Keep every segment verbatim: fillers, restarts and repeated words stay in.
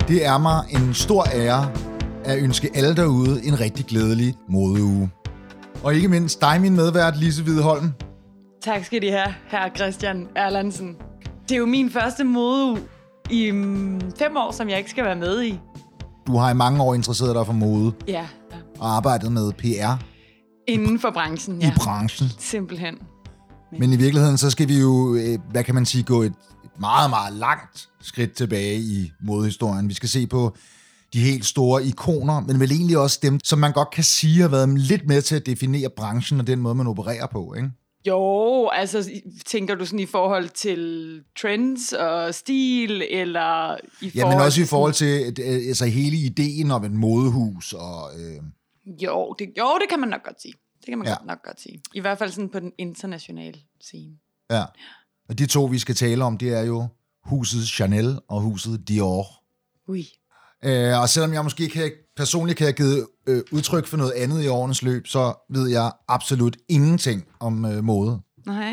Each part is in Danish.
Det er mig en stor ære at ønske alle derude en rigtig glædelig modeuge. Og ikke mindst dig, min medvært, Lise Hvidholm. Tak skal de have, herre Christian Erlandsen. Det er jo min første modeuge i fem år, som jeg ikke skal være med i. Du har i mange år interesseret dig for mode. Ja. Og arbejdet med P R. Inden for branchen, ja. I branchen. Simpelthen. Men. Men i virkeligheden, så skal vi jo, hvad kan man sige, gå et meget, meget langt skridt tilbage i modehistorien. Vi skal se på de helt store ikoner, men vel egentlig også dem, som man godt kan sige har været lidt med til at definere branchen og den måde, man opererer på, ikke? Jo, altså tænker du sådan i forhold til trends og stil, eller i forhold Ja, men også i forhold til altså, hele ideen om et modehus. Og, øh... jo, det, jo, det kan man nok godt sige. Det kan man ja. godt, nok godt sige. I hvert fald sådan på den internationale scene. Ja, og de to, vi skal tale om, det er jo huset Chanel og huset Dior. Ui. Øh, og selvom jeg måske kan, personligt kan have givet øh, udtryk for noget andet i årenes løb, så ved jeg absolut ingenting om øh, mode. Nej.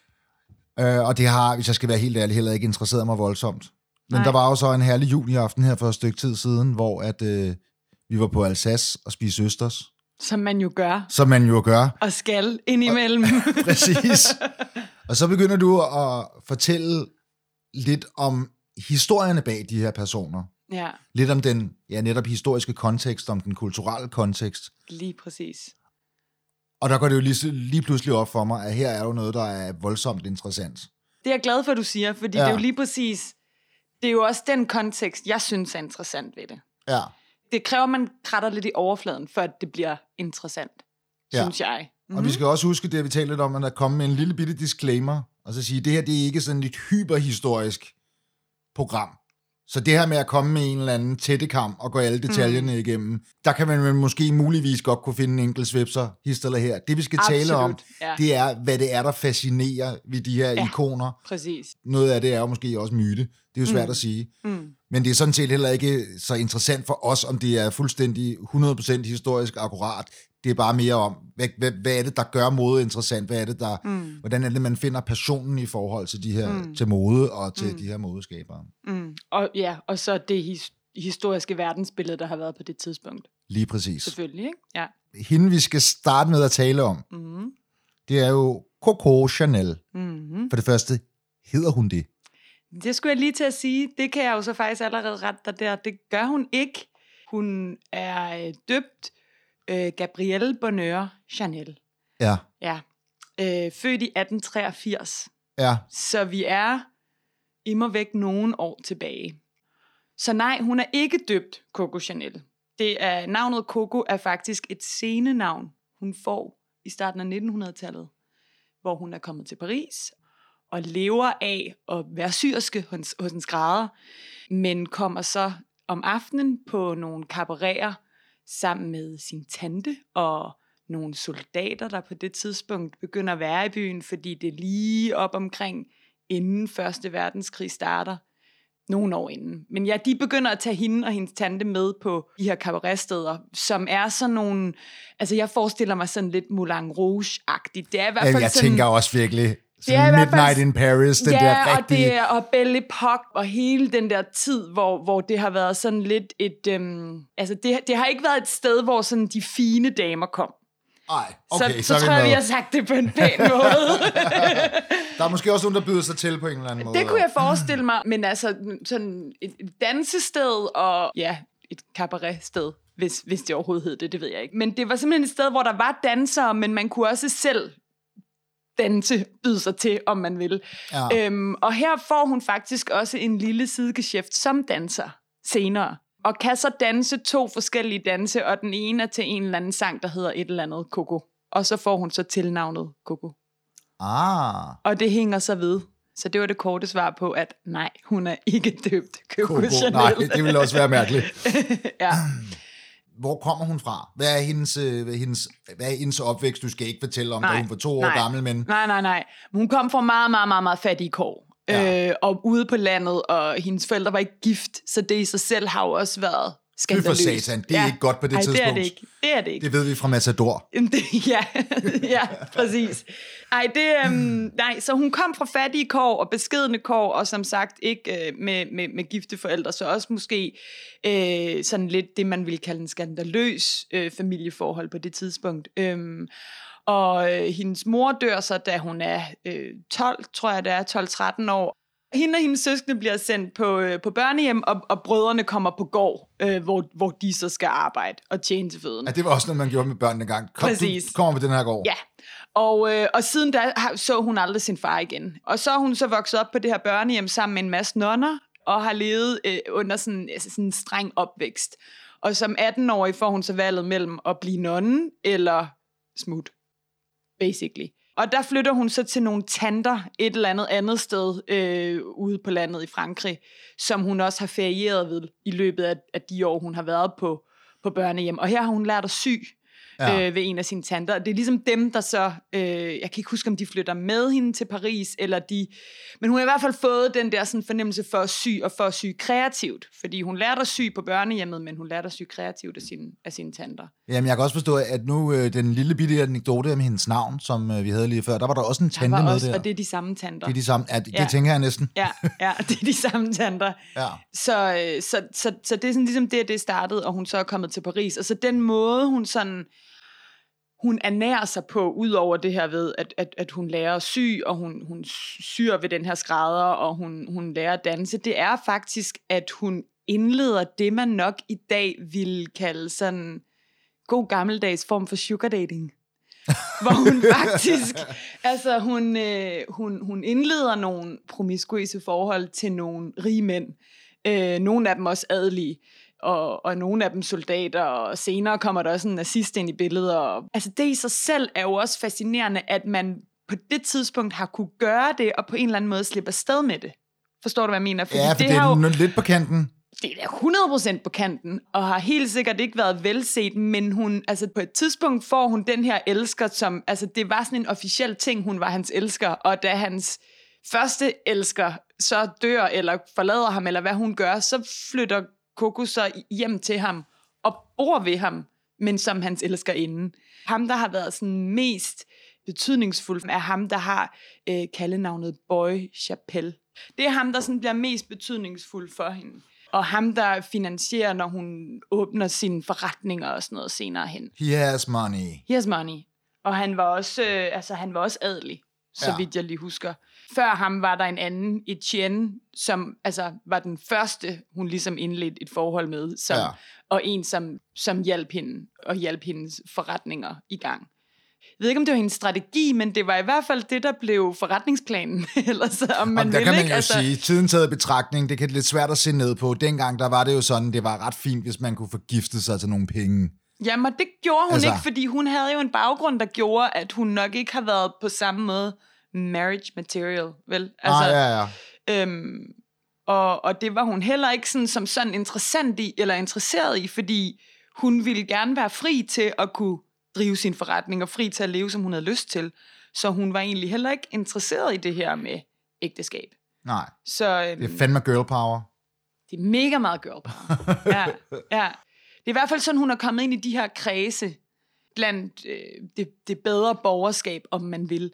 Øh, og det har, hvis jeg skal være helt ærlig, heller ikke interesseret mig voldsomt. Men Nej. Der var jo så en herlig juliaften her for et stykke tid siden, hvor at, øh, vi var på Alsace og spiste østers. Som man jo gør. Som man jo gør. Og skal indimellem. Og, præcis. Og så begynder du at fortælle lidt om historierne bag de her personer. Ja. Lidt om den ja, netop historiske kontekst, om den kulturelle kontekst. Lige præcis. Og der går det jo lige, lige pludselig op for mig, at her er jo noget, der er voldsomt interessant. Det er jeg glad for, at du siger, fordi ja. Det er jo lige præcis, det er jo også den kontekst, jeg synes er interessant ved det. Ja. Det kræver, at man kratter lidt i overfladen, for at det bliver interessant, ja. Synes jeg. Mm-hmm. Og vi skal også huske det, at vi talte lidt om, at der kommer med en lille bitte disclaimer, og så sige, at det her det er ikke sådan et hyperhistorisk program. Så det her med at komme med en eller anden tættekam og gå alle detaljerne mm. igennem, der kan man måske muligvis godt kunne finde en enkelt svipser, hist eller her. Det vi skal Absolut, tale om, ja. Det er, hvad det er, der fascinerer ved de her ja, ikoner. Præcis. Noget af det er jo måske også myte. Det er jo svært mm. at sige. Mm. Men det er sådan set heller ikke så interessant for os, om det er fuldstændig hundrede procent historisk akkurat. Det er bare mere om, hvad, hvad, hvad er det, der gør mode interessant? Hvad er det, der, mm. hvordan er det, man finder passionen i forhold til, de her, mm. til mode og til mm. de her modeskabere? Mm. Og, ja, og så det his, historiske verdensbillede, der har været på det tidspunkt. Lige præcis. Selvfølgelig, ikke? Ja. Hende, vi skal starte med at tale om, mm. det er jo Coco Chanel. Mm. For det første, hedder hun det? Det skulle jeg lige til at sige. Det kan jeg jo så faktisk allerede rette dig der. Det gør hun ikke. Hun er øh, døbt øh, Gabrielle Bonheur Chanel. Ja. Ja. Øh, født i atten treogfirs. Ja. Så vi er immer væk nogle år tilbage. Så nej, hun er ikke døbt Coco Chanel. Det er, navnet Coco er faktisk et scenenavn, hun får i starten af nittenhundredetallet, hvor hun er kommet til Paris og lever af at være syerske hos, hos en skrædder, men kommer så om aftenen på nogle cabareter sammen med sin tante og nogle soldater, der på det tidspunkt begynder at være i byen, fordi det er lige op omkring, inden første verdenskrig starter, nogle år inden. Men ja, de begynder at tage hende og hendes tante med på de her cabaretsteder, som er sådan nogle, altså jeg forestiller mig sådan lidt Moulin Rouge-agtigt. Det er i hvert fald ja, jeg sådan, tænker også virkelig Midnight fald, in Paris, den ja, der rigtige... og det er, og Belle Époque, og hele den der tid, hvor, hvor det har været sådan lidt et, øhm, altså det, det har ikke været et sted, hvor sådan de fine damer kom. Ej, okay, så, så, så tror jeg, vi har sagt det på en pæn måde. Der er måske også nogen, der byder sig til på en eller anden måde. Det kunne jeg forestille mig, men altså sådan et dansested og ja, et cabaretsted, hvis, hvis det overhovedet hed det, det ved jeg ikke. Men det var simpelthen et sted, hvor der var dansere, men man kunne også selv danse, byde sig til, om man vil. Ja. Øhm, og her får hun faktisk også en lille sidegeschæft som danser senere. Og kan så danse to forskellige danse, og den ene er til en eller anden sang, der hedder et eller andet Coco. Og så får hun så tilnavnet Coco. Ah. Og det hænger så ved. Så det var det korte svar på, at nej, hun er ikke døbt Coco, Coco. Chanel. Nej, det ville også være mærkeligt. Ja. Hvor kommer hun fra? Hvad er hendes, hvad er hendes, hvad er hendes opvækst? Du skal ikke fortælle om, nej, da hun var to nej, år gammel, men... Nej, nej, nej. Hun kom fra meget, meget, meget, meget fattige kår. Ja. Øh, og ude på landet, og hendes forældre var ikke gift, så det i sig selv har jo også været skandaløst. Fy for satan, det er ja. ikke godt på det Ej, tidspunkt. det er det ikke. Det er det ikke. Det ved vi fra Matador. Det, ja, ja, præcis. Ej, det, øhm, nej, så hun kom fra fattige kår og beskedne kår, og som sagt ikke øh, med, med, med gifte forældre, så også måske øh, sådan lidt det, man ville kalde en skandaløs øh, familieforhold på det tidspunkt. Øhm, og øh, hendes mor dør så, da hun er øh, tolv, tror jeg det er, tolv tretten år. Hende og hendes søskende bliver sendt på, øh, på børnehjem, og, og brødrene kommer på gård, øh, hvor, hvor de så skal arbejde og tjene til føden. Ja, det var også noget, man gjorde med børnene engang. Kom, Præcis. Du kommer på den her gård. Ja, og, øh, og siden da så hun aldrig sin far igen. Og så er hun så vokset op på det her børnehjem sammen med en masse nonner, og har levet øh, under sådan, altså sådan en streng opvækst. Og som atten-årig får hun så valget mellem at blive nonnen eller smut, basically. Og der flytter hun så til nogle tanter et eller andet andet sted øh, ude på landet i Frankrig, som hun også har ferieret ved i løbet af, af de år, hun har været på, på børnehjem. Og her har hun lært at sy ja. øh, ved en af sine tanter. Og det er ligesom dem, der så... Øh, jeg kan ikke huske, om de flytter med hende til Paris, eller de... Men hun har i hvert fald fået den der sådan, fornemmelse for at sy, og for at sy kreativt. Fordi hun lærte at sy på børnehjemmet, men hun lærte at sy kreativt af sine, af sine tanter. Jamen, jeg kan også forstå, at nu øh, den lille bitte anekdote om hendes navn, som øh, vi havde lige før, der var der også en tante med også, der. Og det er de samme tanter. Det er de samme, ja, det, ja. det tænker jeg næsten. Ja, ja, det er de samme tanter. Ja. Så, øh, så, så, så det er sådan ligesom det, det startede, og hun så er kommet til Paris. Og så den måde, hun sådan... hun ernærer sig på, ud over det her ved, at, at, at hun lærer at sy, og hun, hun syr ved den her skrædder, og hun, hun lærer at danse, det er faktisk, at hun indleder det, man nok i dag ville kalde sådan god gammeldags form for sugar dating. Hvor hun faktisk, altså hun, øh, hun, hun indleder nogle promiskuøse forhold til nogle rige mænd. Øh, nogle af dem også adelige. Og, og nogle af dem soldater, og senere kommer der også en nazist ind i billedet. Og, altså det i sig selv er jo også fascinerende, at man på det tidspunkt har kunne gøre det, og på en eller anden måde slippe afsted med det. Forstår du, hvad jeg mener? Fordi ja, for det, det er jo lidt på kanten. Det er hundrede procent på kanten, og har helt sikkert ikke været velset, men hun, altså på et tidspunkt får hun den her elsker, som, altså det var sådan en officiel ting, hun var hans elsker, og da hans første elsker så dør, eller forlader ham, eller hvad hun gør, så flytter Coco så hjem til ham og bor ved ham, men som hans elskerinde. Ham, der har været sådan mest betydningsfuld, er ham, der har øh, kaldenavnet Boy Chappelle. Det er ham, der sådan bliver mest betydningsfuld for hende. Og ham, der finansierer, når hun åbner sine forretninger og sådan noget senere hen. He has money. He has money. Og han var også, øh, altså, han var også adelig, så ja. vidt jeg lige husker. Før ham var der en anden, Etienne, som altså, var den første, hun ligesom indledte et forhold med, som, ja. og en, som, som hjalp hende, og hjalp hendes forretninger i gang. Jeg ved ikke, om det var hendes strategi, men det var i hvert fald det, der blev forretningsplanen. Ellers, om man Jamen, der vil, kan man ikke? jo altså... sige, tiden taget i betragtning, det kan lidt svært at se ned på. Dengang, der var det jo sådan, det var ret fint, hvis man kunne forgifte sig til nogle penge. Jamen, og det gjorde hun altså... ikke, fordi hun havde jo en baggrund, der gjorde, at hun nok ikke har været på samme måde marriage material, vel? Altså, ah, ja, ja. Øhm, og, og det var hun heller ikke sådan, som sådan interessant i, eller interesseret i, fordi hun ville gerne være fri til at kunne drive sin forretning, og fri til at leve, som hun havde lyst til. Så hun var egentlig heller ikke interesseret i det her med ægteskab. Nej, så, øhm, det er fandme girl power. Det er mega meget girl power. ja, ja. Det er i hvert fald sådan, hun er kommet ind i de her kredse, blandt øh, det, det bedre borgerskab, om man vil.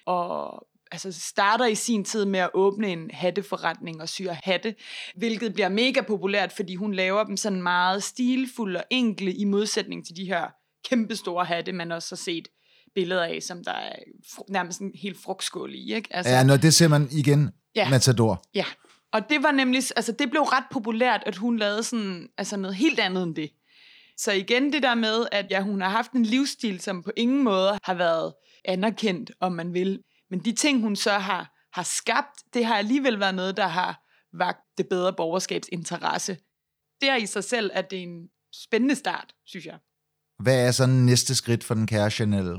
Og altså starter i sin tid med at åbne en hatteforretning og syr hatte, hvilket bliver mega populært, fordi hun laver dem sådan meget stilfulde og enkle, i modsætning til de her kæmpestore hatte, man også har set billeder af, som der er nærmest en helt frugtskål i, ikke? Altså, ja, når det ser man igen, ja, Matador. Ja, og det var nemlig, altså det blev ret populært, at hun lavede sådan, altså noget helt andet end det. Så igen det der med, at ja, hun har haft en livsstil, som på ingen måde har været anerkendt, om man vil. Men de ting, hun så har, har skabt, det har alligevel været noget, der har vagt det bedre borgerskabs interesse. Det er i sig selv, at det er en spændende start, synes jeg. Hvad er så næste skridt for den kære Chanel?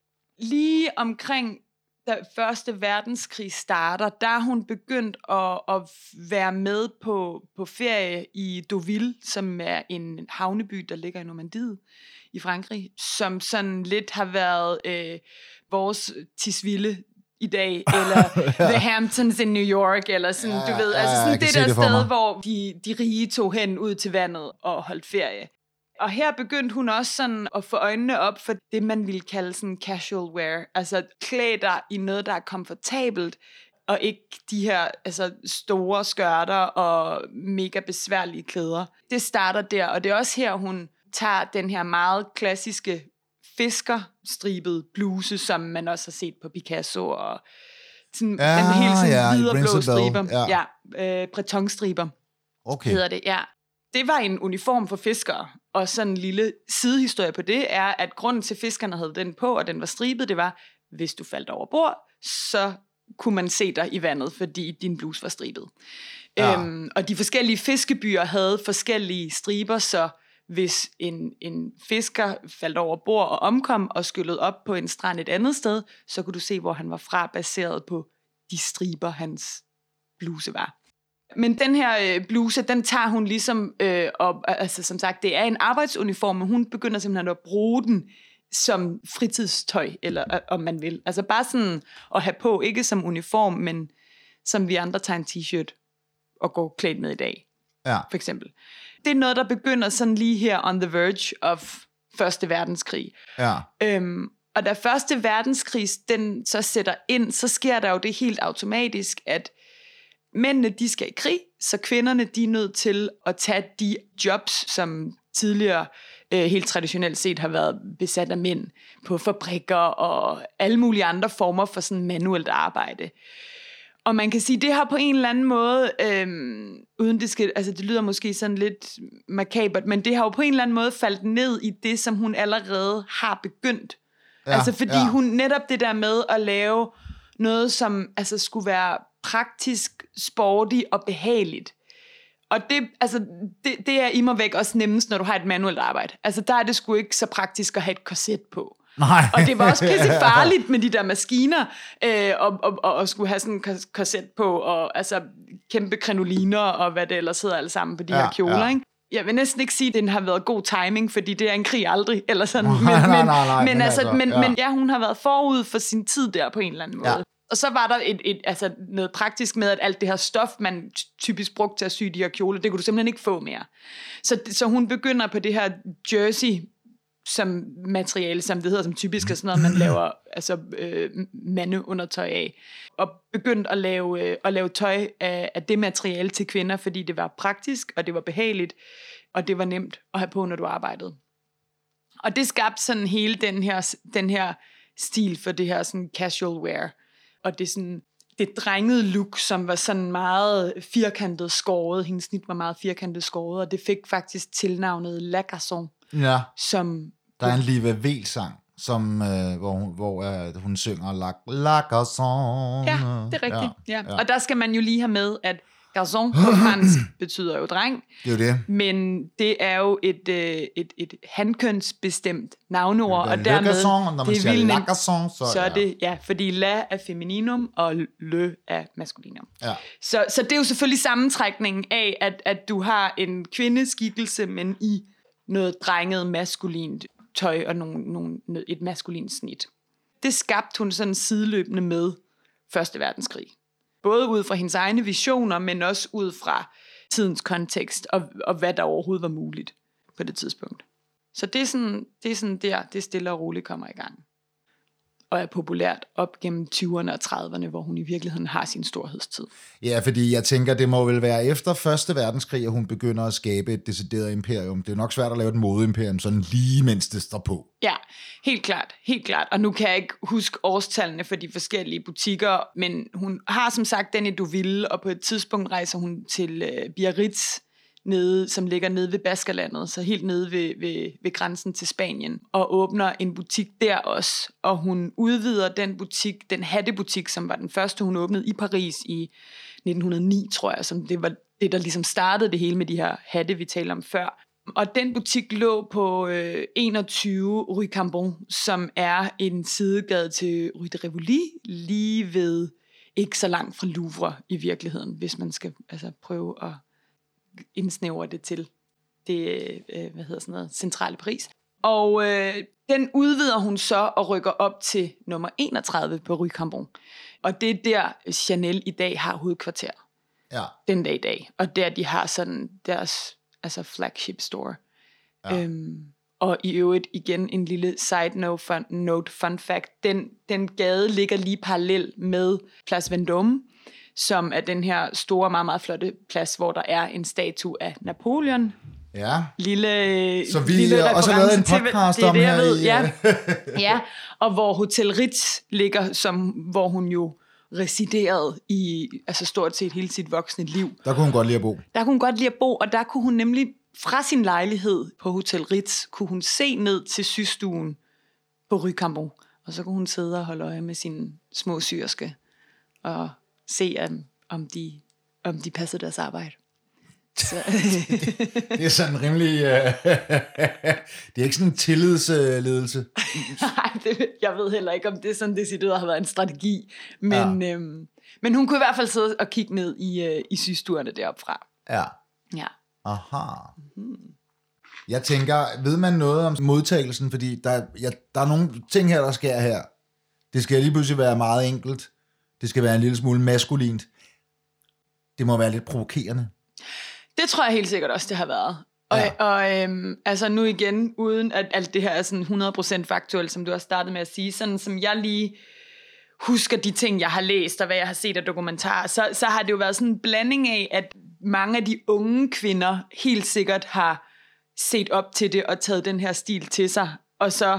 Lige omkring da første verdenskrig starter, der er hun begyndt at, at være med på, på ferie i Deauville, som er en havneby, der ligger i Normandiet i Frankrig, som sådan lidt har været øh, vores Tisvilde i dag, eller ja. The Hamptons in New York, eller sådan, ja, du ved, altså sådan ja, det der det sted, hvor de, de rige tog hen ud til vandet og holdt ferie. Og her begyndte hun også sådan at få øjnene op for det, man ville kalde sådan casual wear, altså klæd dig i noget, der er komfortabelt, og ikke de her altså, store skørter og mega besværlige klæder. Det starter der, og det er også her, hun tager den her meget klassiske fiskerstribede bluse, som man også har set på Picasso, og sådan, ja, den helt sådan ja, hvide og blå striber. Ja, ja øh, bretonstriber okay. hedder det, ja. Det var en uniform for fiskere, og sådan en lille sidehistorie på det er, at grunden til, at fiskerne havde den på, og den var stribet, det var, hvis du faldt over bord, så kunne man se dig i vandet, fordi din bluse var stribet. Ja. Øhm, og de forskellige fiskebyer havde forskellige striber, så hvis en, en fisker faldt over bord og omkom og skyllede op på en strand et andet sted, så kunne du se, hvor han var fra, baseret på de striber, hans bluse var. Men den her øh, bluse, den tager hun ligesom, øh, op, altså som sagt, det er en arbejdsuniform, men hun begynder simpelthen at bruge den som fritidstøj, eller øh, om man vil. Altså bare sådan at have på, ikke som uniform, men som vi andre tager en t-shirt og går klædt med i dag, ja. For eksempel. Det er noget, der begynder sådan lige her on the verge of Første Verdenskrig. Ja. Øhm, og da Første Verdenskrig den så sætter ind, så sker der jo det helt automatisk, at mændene, de skal i krig, så kvinderne, de er nødt til at tage de jobs, som tidligere øh, helt traditionelt set har været besat af mænd på fabrikker og alle mulige andre former for sådan manuelt arbejde. Og man kan sige, det har på en eller anden måde, øhm, uden det skal, altså det lyder måske sådan lidt makabert, men det har jo på en eller anden måde faldt ned i det, som hun allerede har begyndt. Ja, altså fordi ja. Hun netop det der med at lave noget, som altså skulle være praktisk, sporty og behageligt. Og det, altså, det, det er immer væk også nemmest, når du har et manuelt arbejde. Altså der er det sgu ikke så praktisk at have et korset på. Nej. Og det var også pisse farligt med de der maskiner, øh, og, og, og, og skulle have sådan en korset på, og altså kæmpe krinoliner, og hvad det ellers hedder alle sammen på de ja, her kjoler, ja. Ikke? Jeg vil næsten ikke sige, at den har været god timing, fordi det er en krig aldrig, eller sådan. Men, nej, nej, nej, nej, men, men, altså, altså, men, ja. men ja, hun har været forud for sin tid der på en eller anden måde. Ja. Og så var der et, et, altså noget praktisk med, at alt det her stof, man typisk brugte til at sy de her kjoler, det kunne du simpelthen ikke få mere. Så, så hun begynder på det her jersey som materiale, som det hedder, som typisk er sådan noget, man laver altså, øh, mandeundertøj af. Og begyndte at lave, øh, at lave tøj af, af det materiale til kvinder, fordi det var praktisk, og det var behageligt, og det var nemt at have på, når du arbejdede. Og det skabte sådan hele den her, den her stil for det her sådan casual wear. Og det sådan det drengede look, som var sådan meget firkantet skåret. Hendes snit var meget firkantet skåret, og det fik faktisk tilnavnet La Garçon. Ja, som, der er en Liva Vel-sang, som, øh, hvor, hun, hvor øh, hun synger La, La Garçon. Ja, det er rigtigt. Ja. Ja. Ja. Og der skal man jo lige have med, at garçon på fransk betyder jo dreng. Det er jo det. Men det er jo et, øh, et, et hankønsbestemt navneord, og dermed garçon, når man det er vildt nemt, garçon, så, så er ja. det, ja, fordi la er femininum, og le er maskulinum. Ja. Så, så det er jo selvfølgelig sammentrækningen af, at, at du har en kvindeskikkelse, men i noget drenget maskulint tøj og nogle, nogle, et maskulint snit. Det skabte hun sådan sideløbende med Første Verdenskrig. Både ud fra hendes egne visioner, men også ud fra tidens kontekst, og, og hvad der overhovedet var muligt på det tidspunkt. Så det er sådan, det er sådan der, det stille og roligt kommer i gang. Og er populært op gennem tyverne og trediverne, hvor hun i virkeligheden har sin storhedstid. Ja, fordi jeg tænker, det må vel være efter Første Verdenskrig, at hun begynder at skabe et decideret imperium. Det er nok svært at lave et modeimperium, sådan lige mens det står på. Ja, helt klart, helt klart. Og nu kan jeg ikke huske årstallene for de forskellige butikker, men hun har som sagt den i Deauville, og på et tidspunkt rejser hun til øh, Biarritz, nede, som ligger nede ved Baskerlandet, så helt nede ved, ved, ved grænsen til Spanien, og åbner en butik der også, og hun udvider den butik, den hattebutik, som var den første, hun åbnede i Paris i nitten hundrede og ni, tror jeg, som det var det, der ligesom startede det hele med de her hatte, vi talte om før. Og den butik lå på øh, enogtyve Rue Cambon, som er en sidegade til Rue de Rivoli, lige ved, ikke så langt fra Louvre i virkeligheden, hvis man skal altså, prøve at indsnævre det til det, øh, hvad hedder sådan noget, centrale Paris. Og øh, den udvider hun så og rykker op til nummer enogtredive på Rue Cambon. Og det er der, Chanel i dag har hovedkvarter. Ja. Den dag i dag. Og der de har sådan deres altså flagship store. Ja. Øhm, og i øvrigt igen en lille side note fun, note, fun fact. Den, den gade ligger lige parallel med Place Vendôme, som er den her store, meget, meget flotte plads, hvor der er en statue af Napoleon. Ja. Lille, så vi lille også har lavet en podcast til, om det, her. ved, I, ja. ja, og hvor Hotel Ritz ligger, som, hvor hun jo residerede i altså stort set hele sit voksne liv. Der kunne hun godt lide at bo. Der kunne hun godt lide at bo, og der kunne hun nemlig fra sin lejlighed på Hotel Ritz, kunne hun se ned til systuen på Rue Cambon, og så kunne hun sidde og holde øje med sine små syrske, og se, om, om, de, om de passede deres arbejde. Så. Det er sådan rimelig... Uh, det er ikke sådan en tillidsledelse. Nej, det, jeg ved heller ikke, om det er sådan decideret har været en strategi. Men, ja. øhm, men hun kunne i hvert fald sidde og kigge ned i, uh, i systuerne deroppe fra. Ja. Ja. Aha. Mm-hmm. Jeg tænker, ved man noget om modtagelsen? Fordi der, ja, der er nogle ting her, der sker her. Det skal lige pludselig være meget enkelt. Det skal være en lille smule maskulint. Det må være lidt provokerende. Det tror jeg helt sikkert også, det har været. Og, ja. og øhm, altså nu igen, uden at alt det her er sådan hundrede procent faktuelt, som du har startet med at sige, sådan som jeg lige husker de ting, jeg har læst, og hvad jeg har set af dokumentarer, så, så har det jo været sådan en blanding af, at mange af de unge kvinder helt sikkert har set op til det, og taget den her stil til sig, og så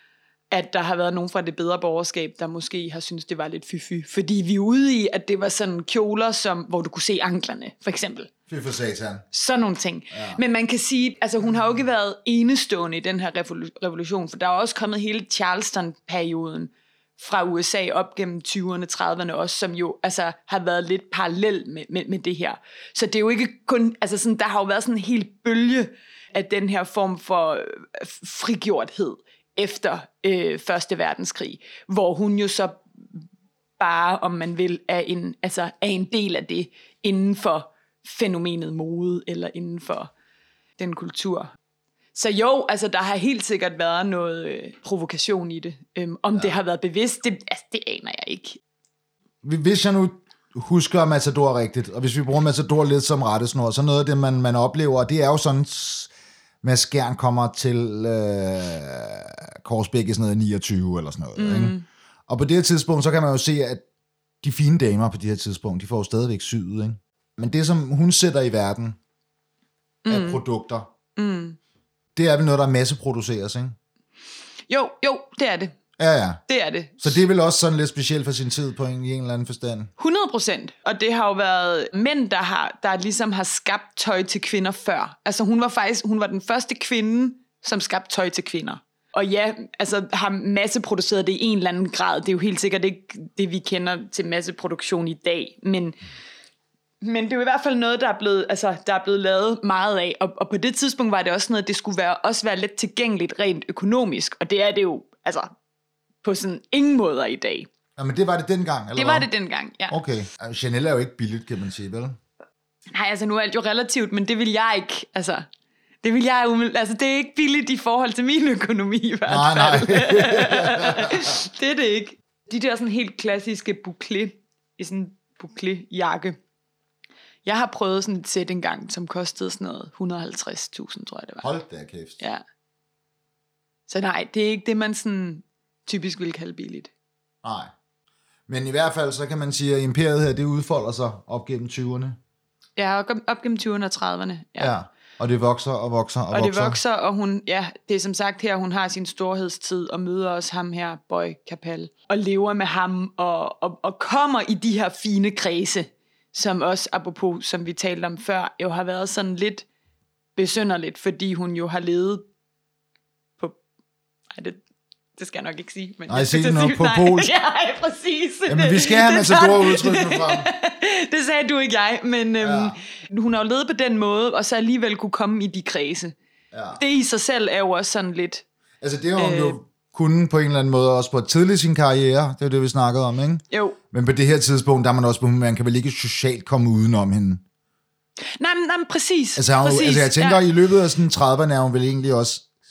at der har været nogen fra det bedre borgerskab, der måske har syntes, det var lidt fy-fy. Fordi vi er ude i, at det var sådan kjoler, som, hvor du kunne se anklerne, for eksempel. Fy for satan. Sådan nogle ting. Ja. Men man kan sige, altså hun har jo ikke været enestående i den her revolution, for der er også kommet hele Charleston-perioden fra U S A op gennem tyverne, trediverne også, som jo altså har været lidt parallel med, med, med det her. Så det er jo ikke kun, altså sådan, der har jo været sådan en hel bølge af den her form for frigjorthed efter øh, Første Verdenskrig, hvor hun jo så bare, om man vil, er en, altså, er en del af det inden for fænomenet mode, eller inden for den kultur. Så jo, altså der har helt sikkert været noget øh, provokation i det. Øhm, om ja. det har været bevidst, det, altså, det aner jeg ikke. Hvis jeg nu husker Matador rigtigt, og hvis vi bruger Matador lidt som rettesnor, så noget af det, man, man oplever, det er jo sådan... Mads Skjern kommer til øh, Korsbæk i sådan noget niogtyve eller sådan noget. Mm. Ikke? Og på det her tidspunkt, så kan man jo se, at de fine damer på det her tidspunkt, de får jo stadigvæk syet. Ikke? Men det, som hun sætter i verden mm. af produkter, mm. det er vel noget, der masseproduceres, ikke? Jo, jo, det er det. Ja, ja. Det er det. Så det er vel også sådan lidt specielt for sin tid på en, i en eller anden forstand? hundrede procent. Og det har jo været mænd, der, har, der ligesom har skabt tøj til kvinder før. Altså hun var faktisk hun var den første kvinde, som skabte tøj til kvinder. Og ja, altså har masseproduceret det i en eller anden grad. Det er jo helt sikkert ikke det, vi kender til masseproduktion i dag. Men, men det er jo i hvert fald noget, der er blevet, altså, der er blevet lavet meget af. Og, og på det tidspunkt var det også noget, at det skulle være, også være let tilgængeligt rent økonomisk. Og det er det jo, altså... på sådan ingen måder i dag. Ja, men det var det dengang, eller Det var hvad? det dengang, ja. Okay. Chanel er jo ikke billigt, kan man sige, vel? Nej, altså nu er alt jo relativt, men det vil jeg ikke, altså... Det vil jeg umiddelbart... Altså, det er ikke billigt i forhold til min økonomi, i hvert nej, fald. Nej, det er det ikke. De der sådan helt klassiske bouclé, i sådan en bouclé-jakke. Jeg har prøvet sådan et sæt engang, som kostede sådan noget et hundrede og halvtreds tusind, tror jeg det var. Hold da kæft. Ja. Så nej, det er ikke det, man sådan... typisk vil kalde billigt. Nej. Men i hvert fald, så kan man sige, at imperiet her, det udfolder sig op gennem tyverne. Ja, op gennem tyverne og trediverne. Ja. ja. Og det vokser og vokser og, og vokser. Og det vokser, og hun, ja, det er som sagt her, hun har sin storhedstid, og møder også ham her, Boy Capel, og lever med ham, og, og, og kommer i de her fine kredse, som også, apropos, som vi talte om før, jo har været sådan lidt besynderligt, fordi hun jo har levet på... Ej, det... Det skal jeg nok ikke sige. Men nej, sig noget på polsk. Ja, præcis. Jamen, vi skal have Matador udtrykkene frem. Det sagde du ikke jeg, men øhm, ja. Hun har jo levet på den måde, og så alligevel kunne komme i de kredse. Ja. Det i sig selv er jo også sådan lidt... Altså, det har hun øh, jo kunnet på en eller anden måde også på tidligt sin karriere. Det er det, vi snakkede om, ikke? Jo. Men på det her tidspunkt, der er man også på, man kan vel ikke socialt komme udenom hende. Nej, men, nej, men præcis. Altså, hun, præcis. altså jeg tænker, ja. I løbet af sådan trediverne er hun vel egentlig også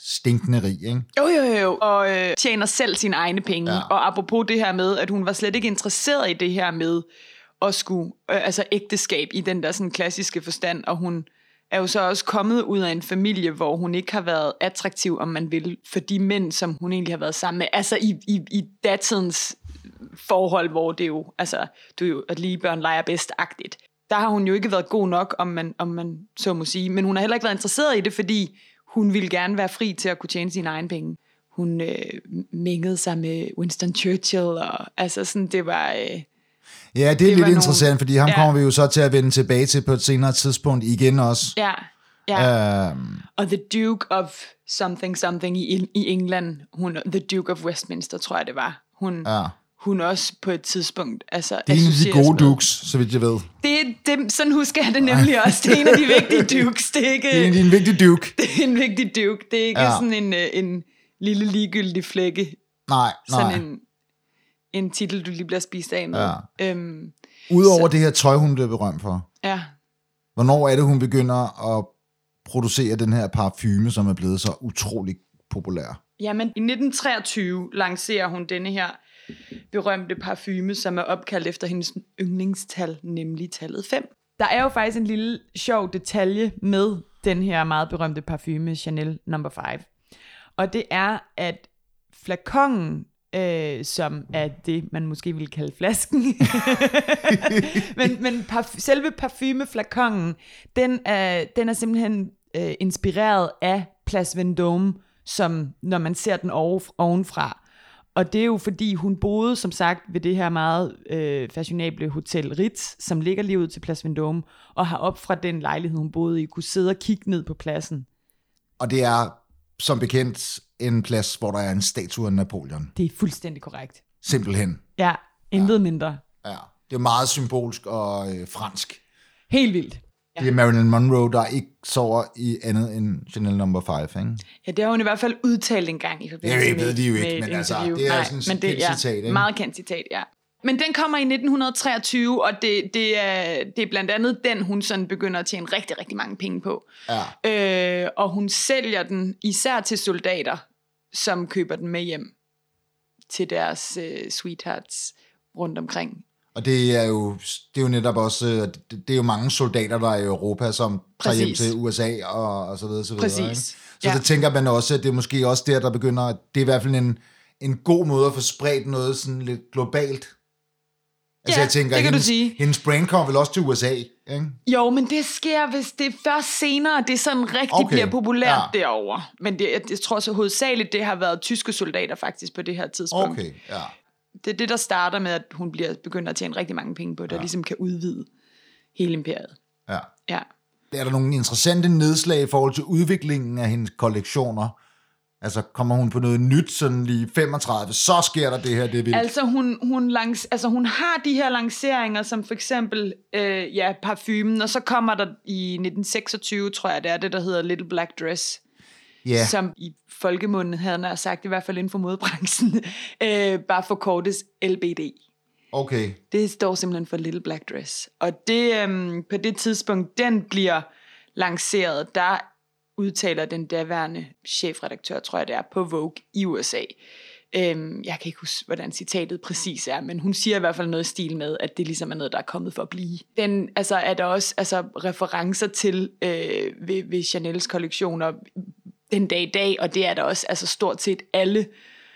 stinkende rig, ikke? Jo, jo, jo, og øh, tjener selv sine egne penge. Ja. Og apropos det her med, at hun var slet ikke interesseret i det her med at skulle, øh, altså ægteskab i den der sådan klassiske forstand, og hun er jo så også kommet ud af en familie, hvor hun ikke har været attraktiv, om man vil, for de mænd, som hun egentlig har været sammen med. Altså i, i, i datidens forhold, hvor det jo, altså, du er jo, at lige børn leger bedst-agtigt. Der har hun jo ikke været god nok, om man, om man så må sige. Men hun har heller ikke været interesseret i det, fordi hun ville gerne være fri til at kunne tjene sine egne penge. Hun øh, mængede sig med Winston Churchill, og altså sådan, det var... Øh, Ja, det er det lidt interessant, nogle... fordi ham ja. kommer vi jo så til at vende tilbage til på et senere tidspunkt igen også. Ja, ja. Um, og The Duke of something something i, i England, hun, The Duke of Westminster, tror jeg det var. Hun, ja. hun også på et tidspunkt... Altså, det er en af de gode dukes, så vidt jeg ved. Det, det, sådan husker jeg det nemlig også. Det er en af de vigtige dukes. Det er, ikke, det er en, en vigtig duke. Det er en vigtig duke. Det er ikke ja. sådan en, en lille ligegyldig flække. Nej, nej. Sådan en... en titel, du lige bliver spist af med. Ja. Øhm, Udover så. Det her tøj, hun blev berømt for. Ja. Hvornår er det, hun begynder at producere den her parfume, som er blevet så utrolig populær? Jamen, i nitten treogtyve lancerer hun denne her berømte parfume, som er opkaldt efter hendes yndlingstal, nemlig tallet fem. Der er jo faktisk en lille sjov detalje med den her meget berømte parfume, Chanel number five. Og det er, at flakongen, Øh, som er det, man måske ville kalde flasken. men men parf- selve parfumeflakongen, den er, den er simpelthen øh, inspireret af Place Vendôme, som når man ser den ovenfra. Og det er jo fordi, hun boede, som sagt, ved det her meget øh, fashionable Hotel Ritz, som ligger lige ud til Place Vendôme, og har op fra den lejlighed, hun boede i, kunne sidde og kigge ned på pladsen. Og det er, som bekendt, en plads, hvor der er en statue af Napoleon. Det er fuldstændig korrekt. Simpelthen. Ja, intet ja. mindre. Ja, det er meget symbolsk og øh, fransk. Helt vildt. Ja. Det er Marilyn Monroe, der ikke sover i andet end Chanel number five, ikke? Ja, det har hun i hvert fald udtalt en gang i forbindelse med. Jeg ved det jo ikke, men altså, det er Nej, sådan et kendt ja, citat, ikke? Meget kendt citat, ja. Men den kommer i nitten treogtyve, og det, det, er, det er blandt andet den, hun sådan begynder at tjene rigtig, rigtig mange penge på. Ja. Øh, og hun sælger den især til soldater, som køber den med hjem til deres øh, sweethearts rundt omkring. Og det er jo, det er jo netop også, det, det er jo mange soldater, der er i Europa, som tager hjem til U S A og, og så videre, så videre. Præcis. Ikke? Så ja. der tænker man også, at det er måske også der, der begynder, det er i hvert fald en, en god måde at få spredt noget sådan lidt globalt. Altså ja, jeg tænker, det kan hendes, du sige. Hendes brand kommer vel også til U S A, ikke? Jo, men det sker, hvis det er først senere, det sådan rigtig okay. bliver populært ja. derovre. Men det, jeg tror så hovedsageligt, det har været tyske soldater faktisk på det her tidspunkt. Okay, ja. Det er det, der starter med, at hun bliver begynder at tjene rigtig mange penge på det, ja. og ligesom kan udvide hele imperiet. Ja. ja. Er der nogle interessante nedslag i forhold til udviklingen af hendes kollektioner? Altså, kommer hun på noget nyt, sådan lige femogtredive, så sker der det her, det er vildt. Altså, hun, hun, lanc- altså, hun har de her lanceringer, som for eksempel, øh, ja, parfumen, og så kommer der i nitten seksogtyve, tror jeg, det er det, der hedder Little Black Dress, yeah. som i folkemunden havde han sagt, i hvert fald inden for modebranchen, øh, bare forkortes L B D. Okay. Det står simpelthen for Little Black Dress. Og det, øh, på det tidspunkt, den bliver lanceret, der udtaler den daværende chefredaktør, tror jeg det er, på Vogue i U S A. Øhm, jeg kan ikke huske, hvordan citatet præcis er, men hun siger i hvert fald noget i stil med, at det ligesom er noget, der er kommet for at blive. Den altså, er der også altså, referencer til øh, ved, ved Chanels kollektioner den dag i dag, og det er der også altså, stort set alle,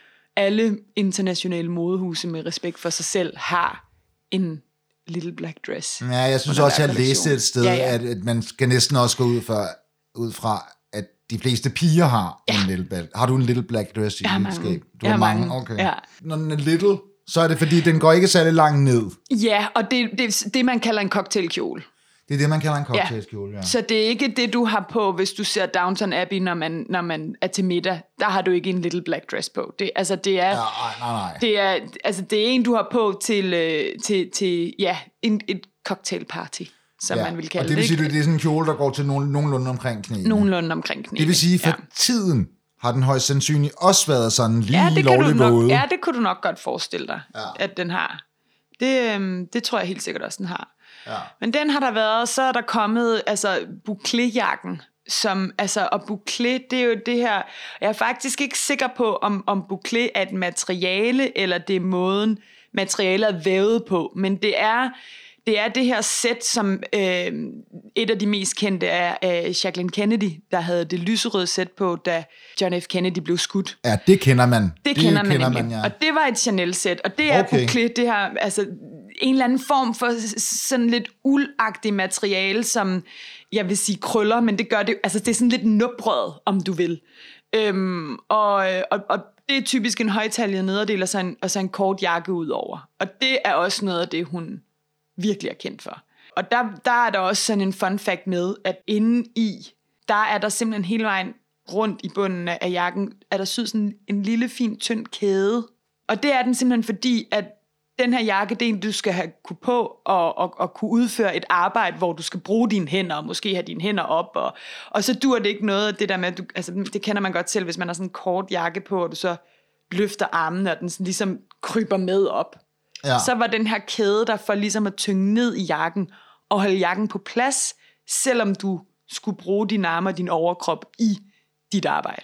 alle internationale modehuse med respekt for sig selv har en Little Black Dress. Ja, jeg synes også, jeg læste et sted, ja, ja. At, at man skal næsten også gå ud fra ud fra, at de fleste piger har ja. en Little Black. Har du en Little Black Dress i dit skab? Du har mange, mange. Okay. Ja. Når den er little, så er det fordi, den går ikke særlig langt ned. Ja, og det er det, det, man kalder en cocktailkjole. Det er det, man kalder en cocktailkjole, ja. ja. Så det er ikke det, du har på, hvis du ser Downton Abbey, når man, når man er til middag. Der har du ikke en Little Black Dress på. Det, altså, det er, ja, nej, nej, nej. Det er, altså, det er en, du har på til, øh, til, til ja, en, et cocktailparty, som ja, man vil kalde det. Og det vil sige, at det er sådan en kjole, der går til nogen, nogenlunde omkring knæene. Nogenlunde omkring knæene. Det vil sige, for ja. tiden har den højst sandsynligt også været sådan lige ja, lovlig våde. Ja, det kunne du nok godt forestille dig, ja. at den har. Det, øhm, det tror jeg helt sikkert også, den har. Ja. Men den har der været, så er der kommet, altså bouclé-jakken, som, altså, og bouclé, det er jo det her, jeg er faktisk ikke sikker på, om, om bouclé er et materiale, eller det er måden, materialet er vævet på, men det er, det er det her sæt, som øh, et af de mest kendte er øh, Jacqueline Kennedy, der havde det lyserøde sæt på, da John F. Kennedy blev skudt. Ja, det kender man. Det, det kender man, kender nemlig. man ja. Og det var et Chanel-sæt, og det er okay. bouclé, det her, altså en eller anden form for sådan lidt uldagtigt materiale, som jeg vil sige krøller, men det gør det, altså det er sådan lidt nubrød, om du vil. Øhm, og, og, og det er typisk en højtaljet nederdel, og så en, og så en kort jakke ud over. Og det er også noget af det, hun virkelig er kendt for. Og der, der er der også sådan en fun fact med, at inde i, der er der simpelthen hele vejen rundt i bunden af jakken, er der syet sådan en lille, fin, tynd kæde. Og det er den simpelthen fordi, at den her jakke, det er en, du skal have kunne på og, og, og kunne udføre et arbejde, hvor du skal bruge dine hænder, og måske have dine hænder op. Og, og så dur det ikke noget af det der med, at du, altså, det kender man godt selv, hvis man har sådan en kort jakke på, og du så løfter armene, og den sådan ligesom kryber med op. Ja. Så var den her kæde der for ligesom at tynge ned i jakken, og holde jakken på plads, selvom du skulle bruge dine arme og din overkrop i dit arbejde.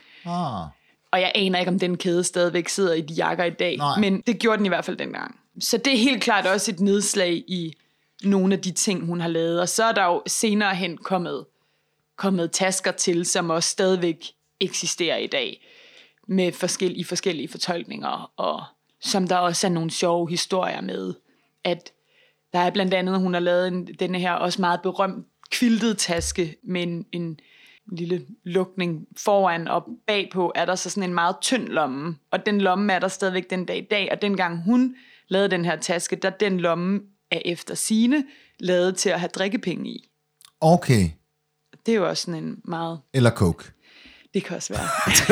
Ah. Og jeg aner ikke, om den kæde stadigvæk sidder i de jakker i dag. Nej. Men det gjorde den i hvert fald dengang. Så det er helt klart også et nedslag i nogle af de ting, hun har lavet. Og så er der jo senere hen kommet, kommet tasker til, som også stadigvæk eksisterer i dag. Med forskel, i forskellige fortolkninger. Og som der også er nogle sjove historier med. At der er blandt andet, hun har lavet en, denne her også meget berømt quiltet taske med en... en lille lukning foran, og bagpå er der så sådan en meget tynd lomme, og den lomme er der stadigvæk den dag i dag, og dengang hun lavede den her taske, der den lomme er efter sigende lavet til at have drikkepenge i. Okay. Det er jo også sådan en meget... Eller coke. Det kan også være.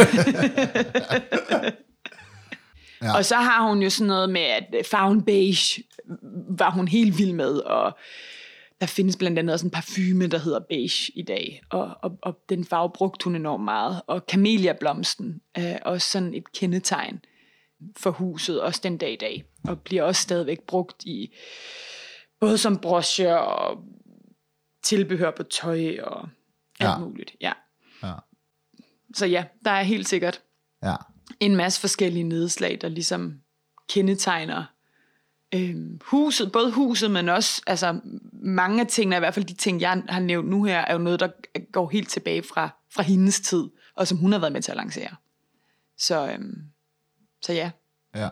Ja. Og så har hun jo sådan noget med, at farven beige var hun helt vild med, og der findes blandt andet også en parfume, der hedder beige i dag, og, og, og den farve brugte hun enormt meget. Og kameliablomsten er også sådan et kendetegn for huset, også den dag i dag, og bliver også stadigvæk brugt i både som brocher og tilbehør på tøj og alt ja. muligt. Ja. Ja. Så ja, der er helt sikkert ja. en masse forskellige nedslag, der ligesom kendetegner Øhm, huset, både huset, men også altså, mange af tingene, i hvert fald de ting, jeg har nævnt nu her, er jo noget, der går helt tilbage fra, fra hendes tid, og som hun har været med til at lancere. Så, øhm, så ja. ja.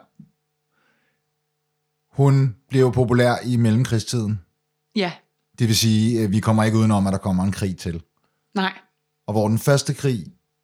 Hun blev jo populær i mellemkrigstiden. Ja. Det vil sige, at vi kommer ikke udenom, at der kommer en krig til. Nej. Og hvor den første krig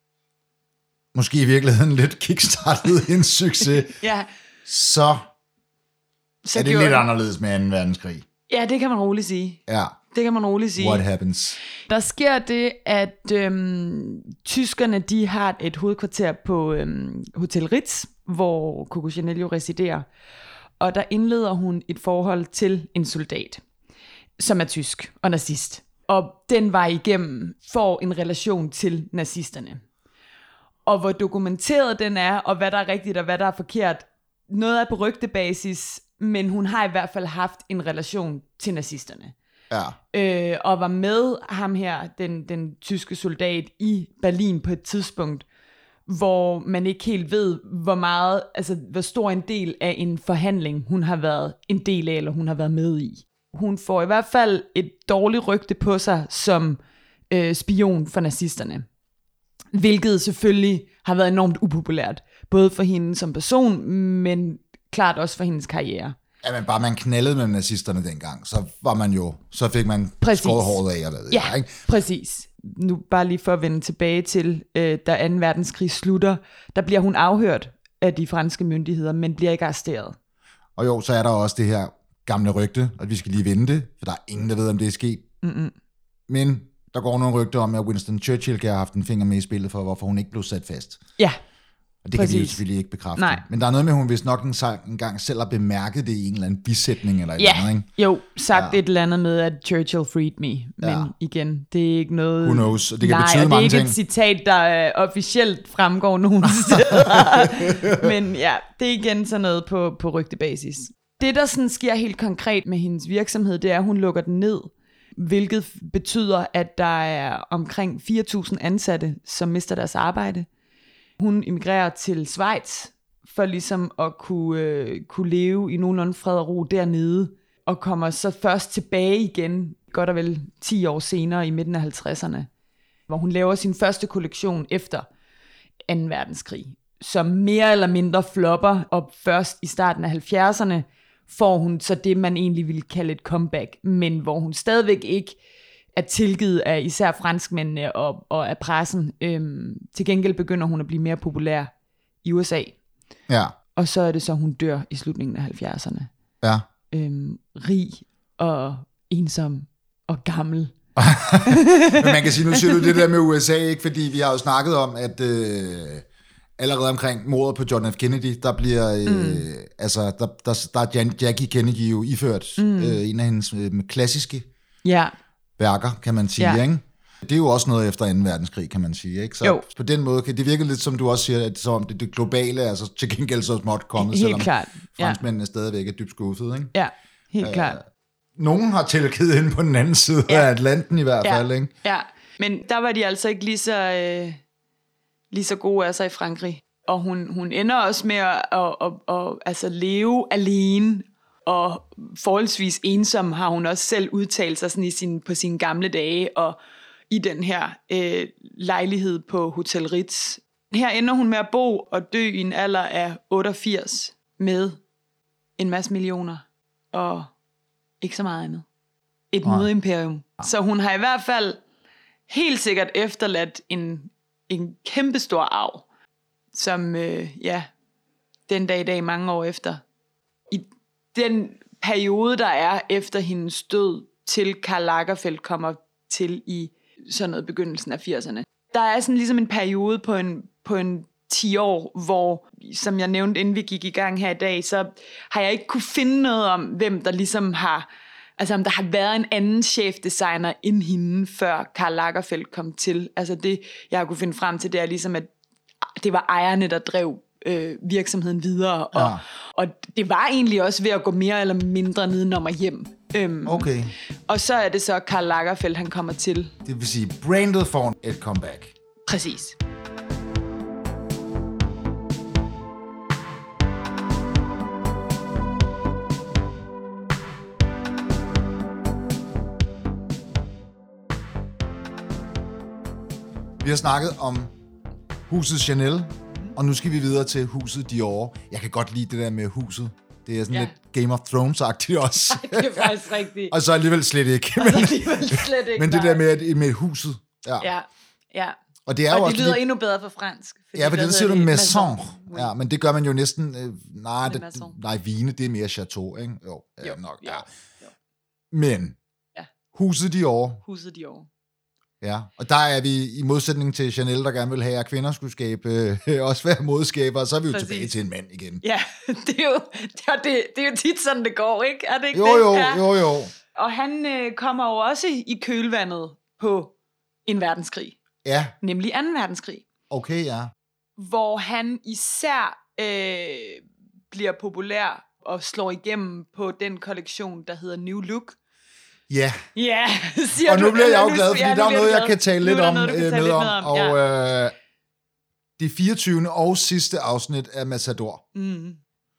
måske i virkeligheden lidt kickstartede en succes, ja. så Så er det lidt anderledes med anden verdenskrig? Ja, det kan man roligt sige. Ja. Det kan man roligt sige. What happens? Der sker det, at øhm, tyskerne, de har et hovedkvarter på øhm, Hotel Ritz, hvor Coco Chanel jo residerer. Og der indleder hun et forhold til en soldat, som er tysk og nazist. Og den var igennem får en relation til nazisterne. Og hvor dokumenteret den er, og hvad der er rigtigt og hvad der er forkert, noget er på rygtebasis, men hun har i hvert fald haft en relation til nazisterne. Ja. Øh, og var med ham her, den, den tyske soldat, i Berlin på et tidspunkt, hvor man ikke helt ved, hvor meget, altså hvor stor en del af en forhandling, hun har været en del af, eller hun har været med i. Hun får i hvert fald et dårligt rygte på sig som øh, spion for nazisterne. Hvilket selvfølgelig har været enormt upopulært. Både for hende som person, men klart også for hendes karriere. Ja, men bare man knaldede med nazisterne dengang, så var man jo, så fik man skåret håret af, eller ja, der, ikke? Præcis. Nu bare lige for at vende tilbage til, øh, da anden verdenskrig slutter, der bliver hun afhørt af de franske myndigheder, men bliver ikke arresteret. Og jo, så er der også det her gamle rygte, at vi skal lige vende det, for der er ingen, der ved, om det er sket. Mm-mm. Men der går nogle rygter om, at Winston Churchill kan have haft en finger med i spillet for, hvorfor hun ikke blev sat fast. Ja. Og det Præcis. Kan vi jo selvfølgelig ikke bekræfte. Nej. Men der er noget med, at hun vist nok en, en gang selv har bemærket det i en eller anden bisætning eller et ja. eller andet, ikke? Jo, sagt ja. et eller andet med, at Churchill freed me. Men ja. igen, det er ikke noget... Who knows? Det kan Nej, betyde mange ting. det er ikke et citat, der uh, officielt fremgår nogen steder. Men ja, det er igen sådan noget på, på rygtebasis. Det, der sådan sker helt konkret med hendes virksomhed, det er, at hun lukker den ned hvilket betyder, at der er omkring fire tusind ansatte, som mister deres arbejde. Hun emigrerer til Schweiz for ligesom at kunne, øh, kunne leve i nogenlunde fred og ro dernede, og kommer så først tilbage igen, godt og vel ti år senere i midten af halvtredserne, hvor hun laver sin første kollektion efter anden verdenskrig, som mere eller mindre flopper, og først i starten af halvfjerdserne får hun så det, man egentlig ville kalde et comeback, men hvor hun stadigvæk ikke er tilgivet af især franskmændene og, og af pressen. Øhm, til gengæld begynder hun at blive mere populær i U S A. Ja. Og så er det så, hun dør i slutningen af halvfjerdserne. Ja. Øhm, rig og ensom og gammel. Men man kan sige, nu siger du det der med U S A, ikke? Fordi vi har jo snakket om, at øh, allerede omkring mordet på John F. Kennedy, der bliver, øh, mm. altså, der, der, der er Jan, Jackie Kennedy jo iført mm. øh, en af hendes øh, klassiske ja. værker, kan man sige, ja. ikke? Det er jo også noget efter anden verdenskrig, kan man sige, ikke? Så jo. På den måde kan det virke lidt, som du også siger, at som det, det globale er altså til gengæld så småt kommet, helt selvom klart. franskmændene ja. stadigvæk er dybt skuffet, ikke? Ja, helt øh, klart. Nogen har tilgivet hende på den anden side ja. af Atlanten i hvert ja. fald, ikke? Ja, men der var de altså ikke lige så, øh, lige så gode af sig i Frankrig. Og hun, hun ender også med at, at, at, at, at altså leve alene, og forholdsvis ensom har hun også selv udtalt sig sådan i sin, på sine gamle dage, og i den her øh, lejlighed på Hotel Ritz. Her ender hun med at bo og dø i en alder af otteogfirs med en masse millioner og ikke så meget andet. Et modeimperium. Så hun har i hvert fald helt sikkert efterladt en, en kæmpestor arv, som øh, ja, den dag i dag, mange år efter, i den periode, der er efter hendes død, til Karl Lagerfeld kommer til i sådan noget begyndelsen af firserne. Der er sådan ligesom en periode på en, på en ti år, hvor, som jeg nævnte, inden vi gik i gang her i dag, så har jeg ikke kunne finde noget om, hvem der ligesom har, altså om der har været en anden chefdesigner end hende, før Karl Lagerfeld kom til. Altså det, jeg har kunne finde frem til, det er ligesom, at det var ejerne, der drev øh, virksomheden videre, og, ja. og det var egentlig også ved at gå mere eller mindre nedenom og hjem. Øhm, okay. Og så er det så Karl Lagerfeld, han kommer til. Det vil sige, brandet får et comeback. Præcis. Vi har snakket om huset Chanel, og nu skal vi videre til huset Dior. Jeg kan godt lide det der med huset. Det er sådan ja. lidt Game of Thrones-agtigt også. Ej, det er faktisk rigtigt. Og så alligevel slet ikke. Men, alligevel slet ikke, men det der med, med huset. Ja, ja. ja. Og det, er og jo det lyder lidt... endnu bedre for fransk. Ja, for det siger du maison. Oui. Ja, men det gør man jo næsten... Øh, nej, det, nej, vine, det er mere chateau, ikke? Jo, ja, jo nok. Jo, ja. jo. Men ja. huset Dior. Huset Dior. Ja, og der er vi i modsætning til Chanel, der gerne vil have, at kvinder skulle skabe, øh, også være modskabere, så er vi jo Præcis. tilbage til en mand igen. Ja, det er, jo, det, er, det, det er jo tit sådan, det går, ikke? Er det ikke jo, det? Jo, ja. jo, jo. Og han øh, kommer jo også i kølvandet på en verdenskrig. Ja. Nemlig anden verdenskrig. Okay, ja. Hvor han især øh, bliver populær og slår igennem på den kollektion, der hedder New Look. Ja. Ja, siger og nu bliver jeg jo nu, glad, fordi ja, der er noget, jeg kan tale lidt om, noget, øh, med med om. om. Og ja. øh, det fireogtyvende og sidste afsnit af Matador mm.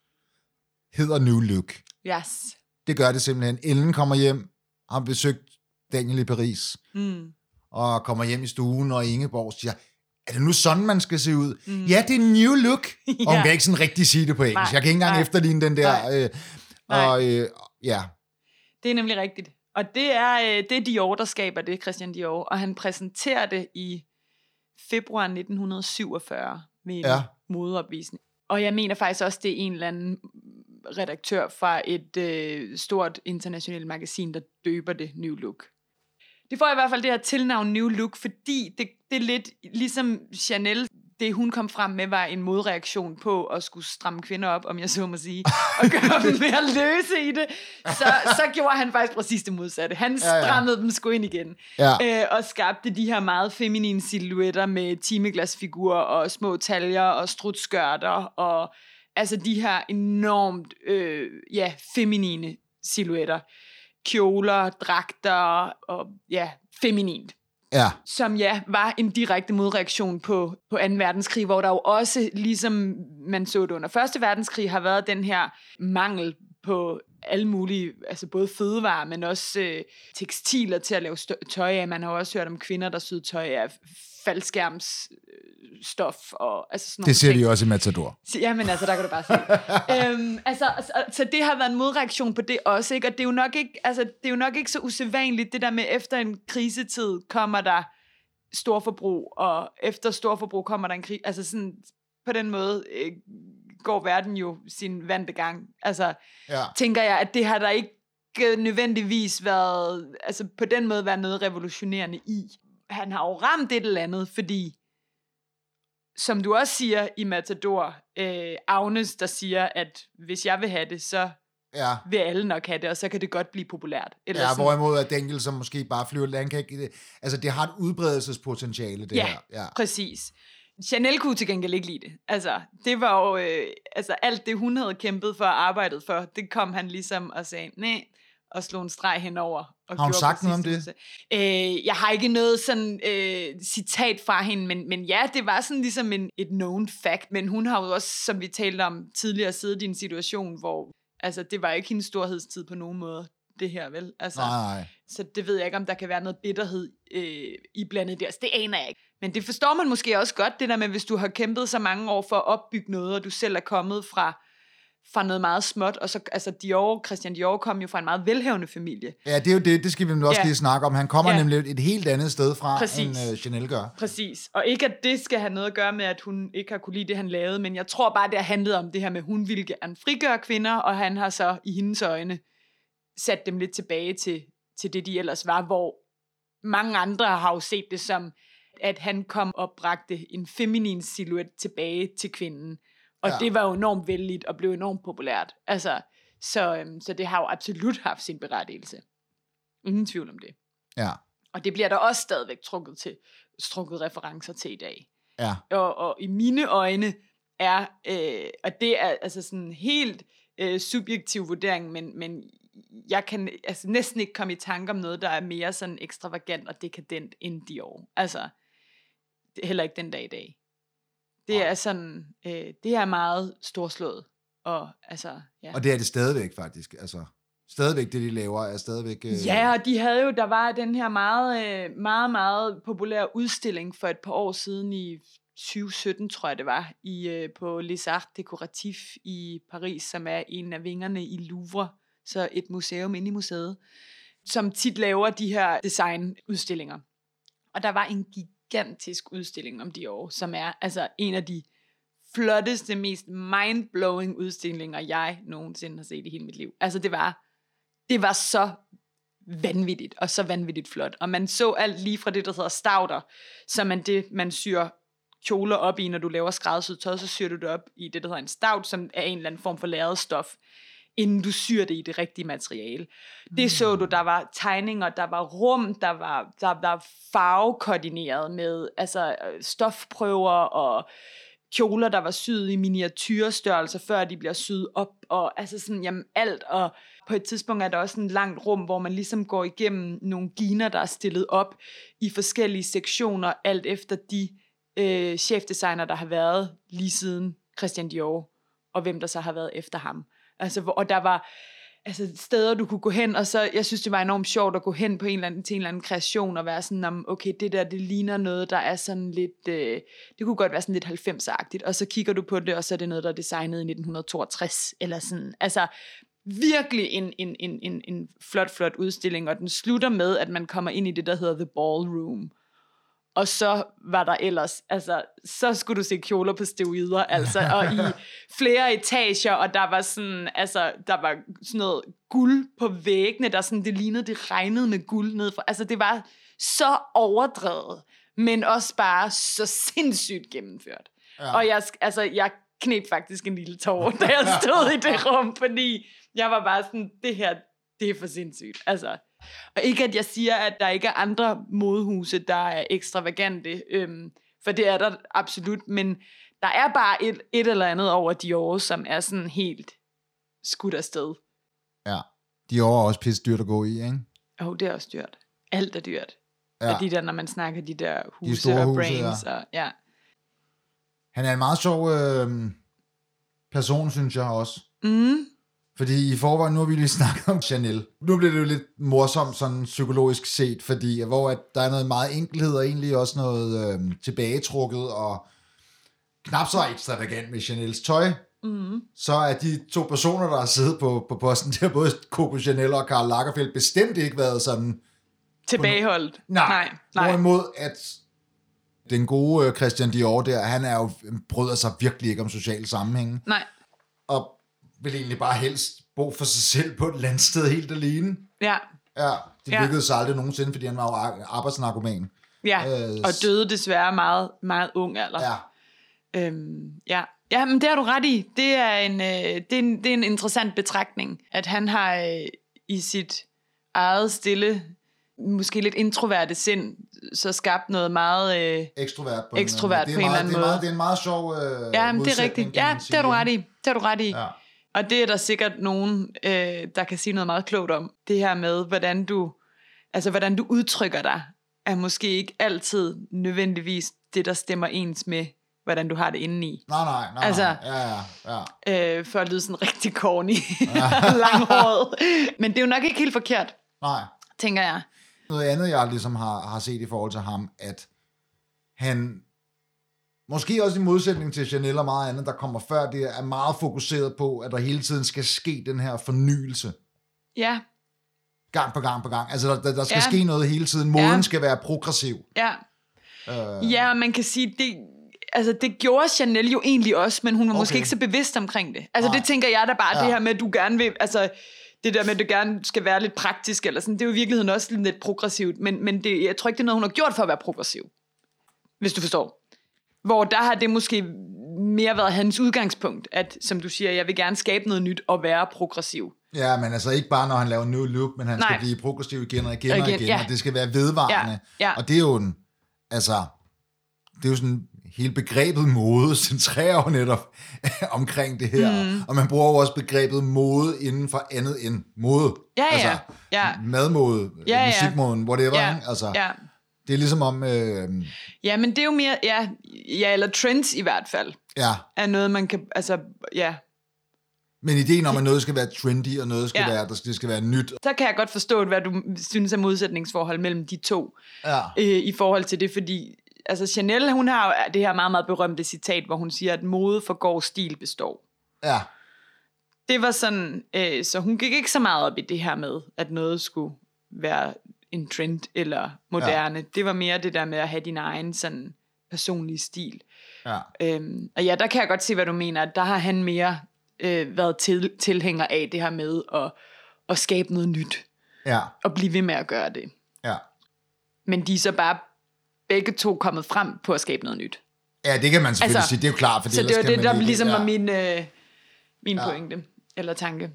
hedder New Look. Yes. Det gør det simpelthen. Ellen kommer hjem, har besøgt Daniel i Paris, mm. og kommer hjem i stuen, og Ingeborg siger, er det nu sådan, man skal se ud? Mm. Ja, det er New Look. ja. Og hun kan ikke sådan rigtig sige det på engelsk. Nej, jeg kan ikke engang nej, efterligne den der. Øh, og øh, ja. Det er nemlig rigtigt. Og det er, øh, det er Dior, der skaber det, Christian Dior. Og han præsenterer det i februar nitten syvogfyrre ved en ja. modeopvisning. Og jeg mener faktisk også, det er en eller anden redaktør fra et øh, stort internationalt magasin, der døber det New Look. Det får i hvert fald det her tilnavn New Look, fordi det, det er lidt ligesom Chanel. Det, hun kom frem med, var en modreaktion på at skulle stramme kvinder op, om jeg så må sige, og gøre dem mere løse i det. Så, så gjorde han faktisk præcis det modsatte. Han strammede ja, ja. dem sgu ind igen. Ja. Øh, og skabte de her meget feminine silhuetter med timeglasfigurer og små taljer og strutskørter og altså de her enormt øh, ja, feminine silhuetter. kjoler, dragter og ja, feminint. Ja. Som ja, var en direkte modreaktion på, på anden verdenskrig, hvor der jo også, ligesom man så det under første verdenskrig, har været den her mangel på alle mulige, altså både fødevarer, men også øh, tekstiler til at lave stø- tøj af. Man har også hørt om kvinder, der syede tøj af faldskærmsstof og altså sådan noget. Det ser de også i Matador. Ja, men altså, der kan du bare se. øhm, altså, så, så det har været en modreaktion på det også, ikke? Og det er jo nok ikke, altså, det er jo nok ikke så usædvanligt, det der med, efter en krisetid kommer der storforbrug, og efter storforbrug kommer der en krig. Altså sådan, på den måde øh, går verden jo sin vante gang. Altså, ja. Tænker jeg, at det har der ikke nødvendigvis været, altså på den måde været noget revolutionerende i. Han har jo ramt et eller andet, fordi, som du også siger i Matador, øh, Agnes, der siger, at hvis jeg vil have det, så ja. vil alle nok have det, og så kan det godt blive populært. Eller ja, sådan. Hvorimod at Dengel, som måske bare flyver land, kan ikke, altså det har et udbredelsespotentiale, det ja, her. Ja, præcis. Chanel kunne til gengæld ikke lide det. Altså, det var jo, øh, altså alt det, hun havde kæmpet for og arbejdet for, det kom han ligesom og sagde, nej, og slog en streg henover. Og har hun sagt noget om det? Øh, jeg har ikke noget sådan øh, citat fra hende, men, men ja, det var sådan ligesom en, et known fact, men hun har jo også, som vi talte om tidligere, siddet i en situation, hvor altså, det var ikke hendes storhedstid på nogen måde, det her, vel? Altså, nej. Så det ved jeg ikke, om der kan være noget bitterhed øh, i blandet der. Så det aner jeg ikke. Men det forstår man måske også godt, det der med, hvis du har kæmpet så mange år for at opbygge noget, og du selv er kommet fra fra noget meget småt, og så, altså Dior, Christian Dior kom jo fra en meget velhavende familie. Ja, det er jo det, det skal vi også ja. lige snakke om. Han kommer ja. nemlig et helt andet sted fra, Præcis. end uh, Chanel gør. Præcis, og ikke at det skal have noget at gøre med, at hun ikke har kunne lide det, han lavede, men jeg tror bare, det har handlet om det her med, at hun ville gerne frigøre kvinder, og han har så i hendes øjne sat dem lidt tilbage til, til det, de ellers var, hvor mange andre har jo set det som, at han kom og bragte en feminin silhuet tilbage til kvinden. Og ja. det var jo enormt vældigt og blev enormt populært. Altså, så, øhm, så det har jo absolut haft sin berettigelse. Ingen tvivl om det. Ja. Og det bliver der også stadigvæk trukket, til, trukket referencer til i dag. Ja. Og, og i mine øjne er, øh, og det er altså sådan en helt øh, subjektiv vurdering, men, men jeg kan altså næsten ikke komme i tanke om noget, der er mere sådan ekstravagant og dekadent end Dior. Altså, heller ikke den dag i dag. Det er sådan, øh, det er meget storslået. Og, altså, ja. og det er det stadigvæk faktisk. Altså, stadigvæk det, de laver, er stadigvæk... Øh... Ja, og de havde jo, der var den her meget, øh, meget, meget populære udstilling for et par år siden i tyve sytten, tror jeg det var, i, øh, på Les Arts Décoratifs i Paris, som er en af vingerne i Louvre, så et museum inde i museet, som tit laver de her designudstillinger. Og der var en gigantisk gigantisk udstilling om Dior, som er altså en af de flotteste, mest mind-blowing udstillinger, jeg nogensinde har set i hele mit liv. Altså det var, det var så vanvittigt, og så vanvittigt flot. Og man så alt lige fra det, der hedder stauder, så man det, man syr kjoler op i, når du laver skræddersyet tøj, så syr du det op i det, der hedder en staud, som er en eller anden form for lærret stof, inden du syr det i det rigtige materiale. Det så du, der var tegninger, der var rum, der var, der var farvekoordineret med altså stofprøver og kjoler, der var syet i miniatyrstørrelser, før de bliver syet op, og altså sådan, jamen alt, og på et tidspunkt er der også en langt rum, hvor man ligesom går igennem nogle giner, der er stillet op i forskellige sektioner, alt efter de øh, chefdesigner, der har været lige siden Christian Dior, og hvem der så har været efter ham. Altså, og der var altså, steder, du kunne gå hen, og så, jeg synes, det var enormt sjovt at gå hen på en eller anden, til en eller anden kreation, og være sådan, okay, det der, det ligner noget, der er sådan lidt, øh, det kunne godt være sådan lidt halvfemsagtigt, og så kigger du på det, og så er det noget, der er designet i nitten toogtres, eller sådan, altså, virkelig en, en, en, en, en flot, flot udstilling, og den slutter med, at man kommer ind i det, der hedder The Ballroom. Og så var der ellers, altså, så skulle du se kjoler på steroider, altså, og i flere etager, og der var sådan, altså, der var sådan noget guld på væggene, der sådan, det lignede, det regnede med guld nedefra. Altså, det var så overdrevet, men også bare så sindssygt gennemført. Ja. Og jeg, altså, jeg kneb faktisk en lille tår, da jeg stod i det rum, fordi jeg var bare sådan, det her, det er for sindssygt, altså. Og ikke at jeg siger, at der ikke er andre modehuse, der er ekstravagante, øhm, for det er der absolut, men der er bare et, et eller andet over Dior, som er sådan helt skudt afsted. Ja. Dior er også pisse dyrt at gå i, ikke? Åh, oh, det er også dyrt. Alt er dyrt. Ja. Og de der, når man snakker de der huse de store og huse, brains. ja. Og, ja. Han er en meget sjov øh, person, synes jeg også. Mm. Fordi i forvejen, nu har vi lige snakket om Chanel. Nu bliver det jo lidt morsomt sådan psykologisk set, fordi hvor at der er noget meget enkelhed, og egentlig også noget øh, tilbagetrukket, og knap så ekstravagant med Chanels tøj. Mm. Så er de to personer, der har siddet på, på posten, der både Coco Chanel og Karl Lagerfeld, bestemt ikke været sådan... Tilbageholdt. Nej, nej, nej. Hvorimod at den gode Christian Dior der, han er jo bryder sig virkelig ikke om sociale sammenhænge. Nej. Og vil egentlig bare helst bo for sig selv på et landsted helt alene. Ja. Ja, det ja. lykkedes aldrig nogensinde, fordi han var jo arbejdsnarkoman. Ja, øh, og døde desværre meget, meget ung alder. Ja. Øhm, ja. Ja, men det har du ret i. Det er en, øh, det er en, det er en interessant betragtning, at han har øh, i sit eget stille, måske lidt introverte sind, så skabt noget meget øh, ekstrovert på ekstrovert en, på en eller anden måde. Det er en meget sjov øh, ja, men det er rigtigt. Ja, det har du ret i. Det har du ret i. Ja. Og det er der sikkert nogen, øh, der kan sige noget meget klogt om. Det her med, hvordan du, altså, hvordan du udtrykker dig, er måske ikke altid nødvendigvis det, der stemmer ens med, hvordan du har det indeni. Nej, nej, nej. Altså, ja, ja, ja. Øh, for at lyde sådan rigtig corny, langhåret. Men det er jo nok ikke helt forkert, nej. tænker jeg. Noget andet, jeg ligesom har, har set i forhold til ham, at han, måske også i modsætning til Chanel og meget andet, der kommer før, det er meget fokuseret på, at der hele tiden skal ske den her fornyelse. Ja. Gang på gang på gang. Altså, der, der skal ja. ske noget hele tiden. Moden ja. skal være progressiv. Ja. Øh. Ja, man kan sige, det... Altså, det gjorde Chanel jo egentlig også, men hun var okay. måske ikke så bevidst omkring det. Altså, Nej. det tænker jeg da bare, ja. det her med, at du gerne vil... Altså, det der med, at du gerne skal være lidt praktisk, eller sådan, det er jo i virkeligheden også lidt progressivt, men, men det, jeg tror ikke, det er noget, hun har gjort for at være progressiv. Hvis du forstår. Hvor der har det måske mere været hans udgangspunkt, at, som du siger, jeg vil gerne skabe noget nyt og være progressiv. Ja, men altså ikke bare, når han laver en new look, men han Nej. skal blive progressiv igen og igen og igen, og, igen, ja. og det skal være vedvarende. Ja. Ja. Og det er jo en... Altså... Det er jo sådan... Hele begrebet mode centrerer jo netop omkring det her. Mm. Og man bruger jo også begrebet mode inden for andet end mode. Ja, ja. Altså ja. madmode, ja, ja. musikmoden, whatever. Ja. Altså, ja. det er ligesom om... Øh, ja, men det er jo mere... Ja, ja, eller trends i hvert fald. Ja. Er noget, man kan... Altså, ja... Men ideen om, at noget skal være trendy, og noget skal ja. være, der skal, det skal være nyt. Så kan jeg godt forstå, hvad du synes er modsætningsforhold mellem de to. Ja. Øh, I forhold til det, fordi... Altså Chanel, hun har jo det her meget, meget berømte citat, hvor hun siger, at mode forgår, stil består. Ja. Det var sådan, øh, så hun gik ikke så meget op i det her med, at noget skulle være en trend eller moderne. Ja. Det var mere det der med at have din egen sådan personlige stil. Ja. Øhm, og ja, der kan jeg godt se, hvad du mener. Der har han mere øh, været til, tilhænger af det her med at, at skabe noget nyt. Ja. Og blive ved med at gøre det. Ja. Men de er så bare begge to kommet frem på at skabe noget nyt. Ja, det kan man selvfølgelig altså, sige. Det er jo klart. For så det var det, der ikke, ligesom ja. var min, øh, min ja. pointe. Eller tanke.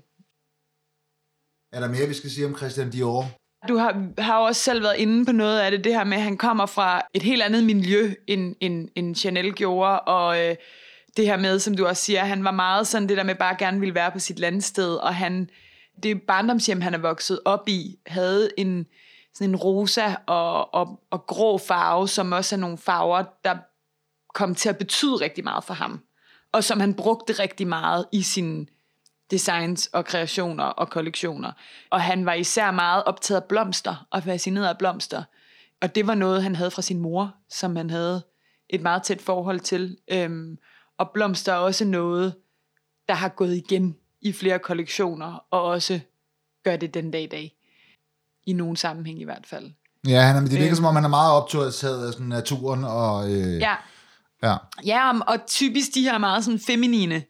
Er der mere, vi skal sige om Christian Dior? Du har, har også selv været inde på noget af det, det her med, at han kommer fra et helt andet miljø, end, end, end Chanel gjorde, og øh, det her med, som du også siger, han var meget sådan det der med, bare gerne ville være på sit landsted, og han, det barndomshjem, han er vokset op i, havde en, sådan en rosa og, og, og grå farve, som også er nogle farver, der kom til at betyde rigtig meget for ham, og som han brugte rigtig meget i sine designs og kreationer og kollektioner. Og han var især meget optaget af blomster og fascineret af blomster. Og det var noget, han havde fra sin mor, som han havde et meget tæt forhold til. Øhm, og blomster er også noget, der har gået igen i flere kollektioner, og også gør det den dag i dag. I nogen sammenhæng i hvert fald. Ja, han er, det virker øhm, som om, han er meget optaget af sådan naturen. Og, øh, ja. Ja, ja og, og typisk de her meget sådan feminine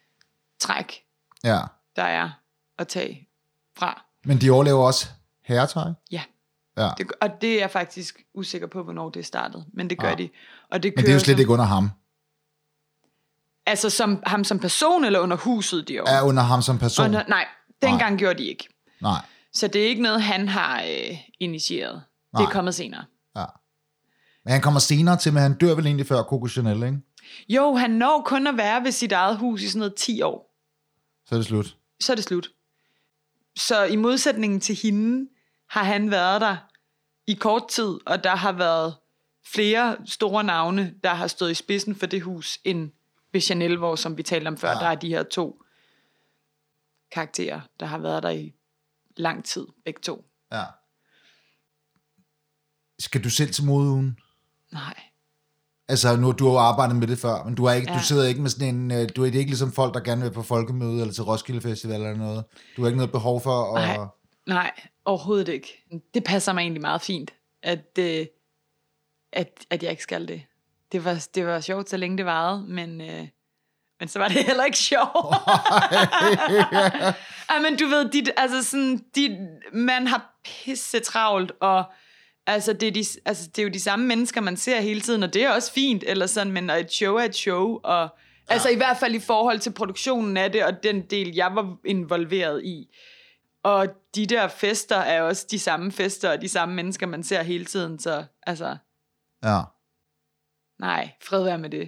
træk, ja. der er at tage fra. Men de overlever også herretøj? Ja, ja. Det, og det er jeg faktisk usikker på, hvornår det startede, men det gør ja. de. Og det men det er jo slet som, ikke under ham? Altså som, ham som person, eller under huset? De ja, under ham som person. Under, nej, dengang nej. gjorde de ikke. Nej. Så det er ikke noget, han har øh, initieret. Nej. Det er kommet senere. Ja. Men han kommer senere til, men han dør vel egentlig før Coco Chanel, ikke? Jo, han når kun at være ved sit eget hus i sådan noget ti år. Så er det slut. Så er det slut. så i modsætning til hende, har han været der i kort tid, og der har været flere store navne, der har stået i spidsen for det hus, end ved Chanel, hvor, som vi talte om før, ja. Der er de her to karakterer, der har været der i lang tid, begge to. Ja. Skal du selv til modeugen? Nej. Altså, nu du har arbejdet med det før, men du, er ikke, ja. du sidder ikke med sådan en, du er ikke ligesom folk, der gerne vil på folkemøde, eller til Roskilde Festival eller noget. Du har ikke noget behov for at... Nej, nej, overhovedet ikke. Det passer mig egentlig meget fint, at, at, at jeg ikke skal det. Det var, det var sjovt, så længe det varede, men, øh, men så var det heller ikke sjovt. Ej, men du ved, dit, altså sådan, dit, man har pisse travlt, og altså det, er de, altså, det er jo de samme mennesker, man ser hele tiden, og det er også fint, eller sådan, men et show er et show, og ja. Altså i hvert fald i forhold til produktionen af det, og den del, jeg var involveret i. Og de der fester er også de samme fester, og de samme mennesker, man ser hele tiden, så altså... Ja. Nej, fred være med det.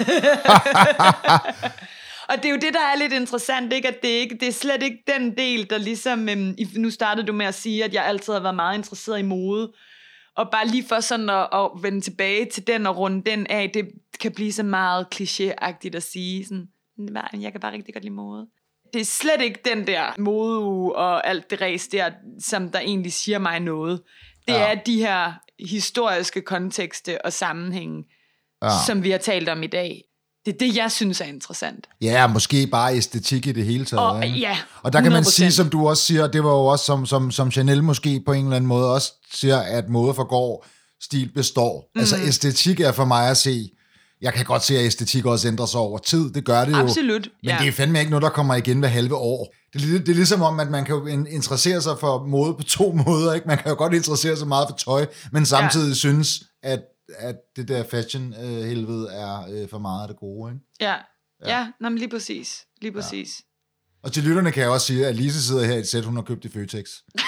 Og det er jo det, der er lidt interessant, ikke? At det, ikke, det er slet ikke den del, der ligesom... Øhm, nu startede du med at sige, at jeg altid har været meget interesseret i mode. Og bare lige for sådan at, at vende tilbage til den og runde den af, det kan blive så meget klichéagtigt at sige sådan, jeg kan bare rigtig godt lide mode. Det er slet ikke den der modeuge og alt det ræs der, som der egentlig siger mig noget. Det ja. Er de her historiske kontekste og sammenhænge, ja. Som vi har talt om i dag. Det er det, jeg synes er interessant. Ja, måske bare æstetik i det hele taget. Og, ja, og der kan man sige, som du også siger, det var jo også, som, som, som Chanel måske på en eller anden måde også siger, at mode forgår, stil består. Mm. Altså æstetik er for mig at se, jeg kan godt se, at æstetik også ændrer sig over tid, det gør det jo. Absolut, men ja. Det er fandme ikke noget, der kommer igen hver halve år. Det er, det er ligesom om, at man kan jo interessere sig for mode på to måder, ikke? Man kan jo godt interessere sig meget for tøj, men samtidig ja. Synes, at at det der fashion-helvede er øh, for meget af det gode, ikke? Ja, ja, ja nå, men lige præcis. Lige præcis. Ja. Og til lytterne kan jeg også sige, at Lise sidder her i et sæt, hun har købt i Føtex.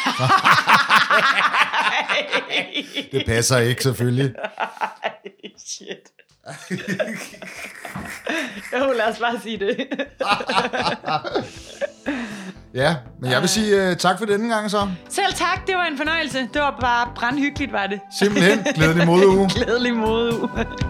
Det passer ikke, selvfølgelig. Shit. Jo, lad os bare sige det. Ja, men jeg vil sige uh, tak for denne gang så. Selv tak, det var en fornøjelse. Det var bare brandhyggeligt, var det. Simpelthen, glædelig modeuge. Glædelig modeuge.